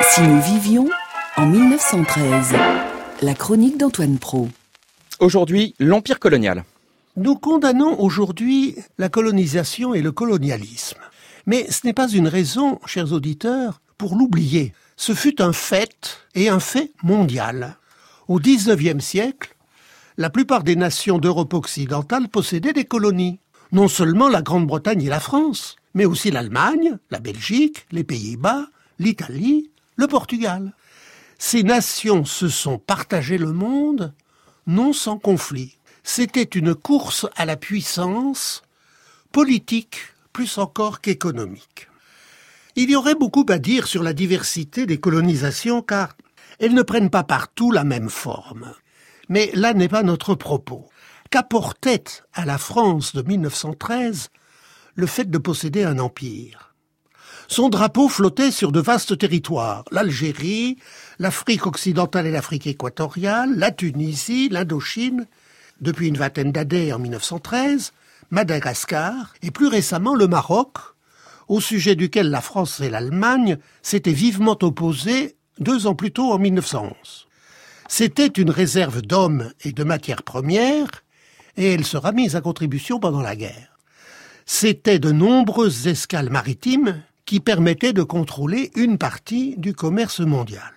Si nous vivions en 1913, la chronique d'Antoine Pro. Aujourd'hui, l'Empire colonial. Nous condamnons aujourd'hui la colonisation et le colonialisme. Mais ce n'est pas une raison, chers auditeurs, pour l'oublier. Ce fut un fait, et un fait mondial. Au XIXe siècle, la plupart des nations d'Europe occidentale possédaient des colonies. Non seulement la Grande-Bretagne et la France, mais aussi l'Allemagne, la Belgique, les Pays-Bas, l'Italie, le Portugal. Ces nations se sont partagées le monde, non sans conflit. C'était une course à la puissance, politique plus encore qu'économique. Il y aurait beaucoup à dire sur la diversité des colonisations, car elles ne prennent pas partout la même forme. Mais là n'est pas notre propos. Qu'apportait à la France de 1913 le fait de posséder un empire ? Son drapeau flottait sur de vastes territoires, l'Algérie, l'Afrique occidentale et l'Afrique équatoriale, la Tunisie, l'Indochine, depuis une vingtaine d'années en 1913, Madagascar et plus récemment le Maroc, au sujet duquel la France et l'Allemagne s'étaient vivement opposées 2 ans plus tôt en 1911. C'était une réserve d'hommes et de matières premières et elle sera mise à contribution pendant la guerre. C'étaient de nombreuses escales maritimes qui permettait de contrôler une partie du commerce mondial.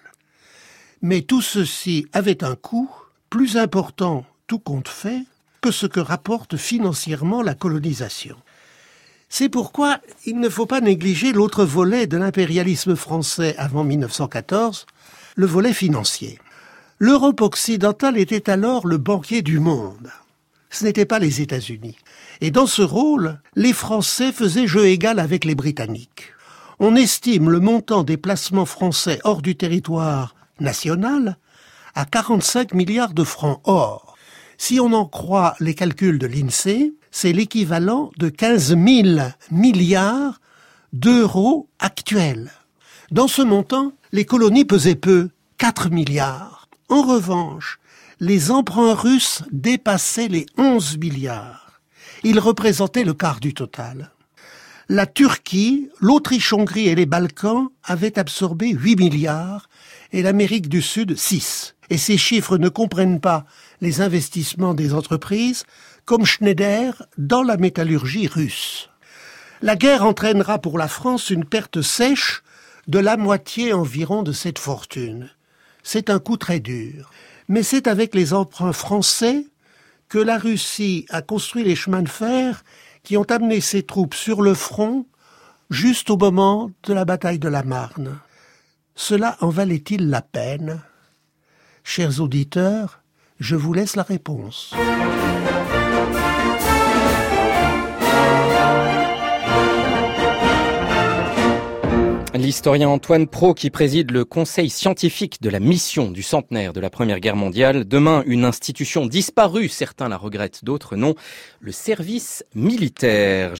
Mais tout ceci avait un coût plus important, tout compte fait, que ce que rapporte financièrement la colonisation. C'est pourquoi il ne faut pas négliger l'autre volet de l'impérialisme français avant 1914, le volet financier. L'Europe occidentale était alors le banquier du monde. Ce n'était pas les États-Unis. Et dans ce rôle, les Français faisaient jeu égal avec les Britanniques. On estime le montant des placements français hors du territoire national à 45 milliards de francs or. Si on en croit les calculs de l'INSEE, c'est l'équivalent de 15 000 milliards d'euros actuels. Dans ce montant, les colonies pesaient peu, 4 milliards. En revanche, les emprunts russes dépassaient les 11 milliards. Ils représentaient le quart du total. La Turquie, l'Autriche-Hongrie et les Balkans avaient absorbé 8 milliards et l'Amérique du Sud 6. Et ces chiffres ne comprennent pas les investissements des entreprises comme Schneider dans la métallurgie russe. La guerre entraînera pour la France une perte sèche de la moitié environ de cette fortune. C'est un coup très dur. Mais c'est avec les emprunts français que la Russie a construit les chemins de fer qui ont amené ses troupes sur le front juste au moment de la bataille de la Marne. Cela en valait-il la peine ? Chers auditeurs, je vous laisse la réponse. L'historien Antoine Pro qui préside le conseil scientifique de la mission du centenaire de la Première Guerre mondiale. Demain, une institution disparue, certains la regrettent, d'autres non, le service militaire.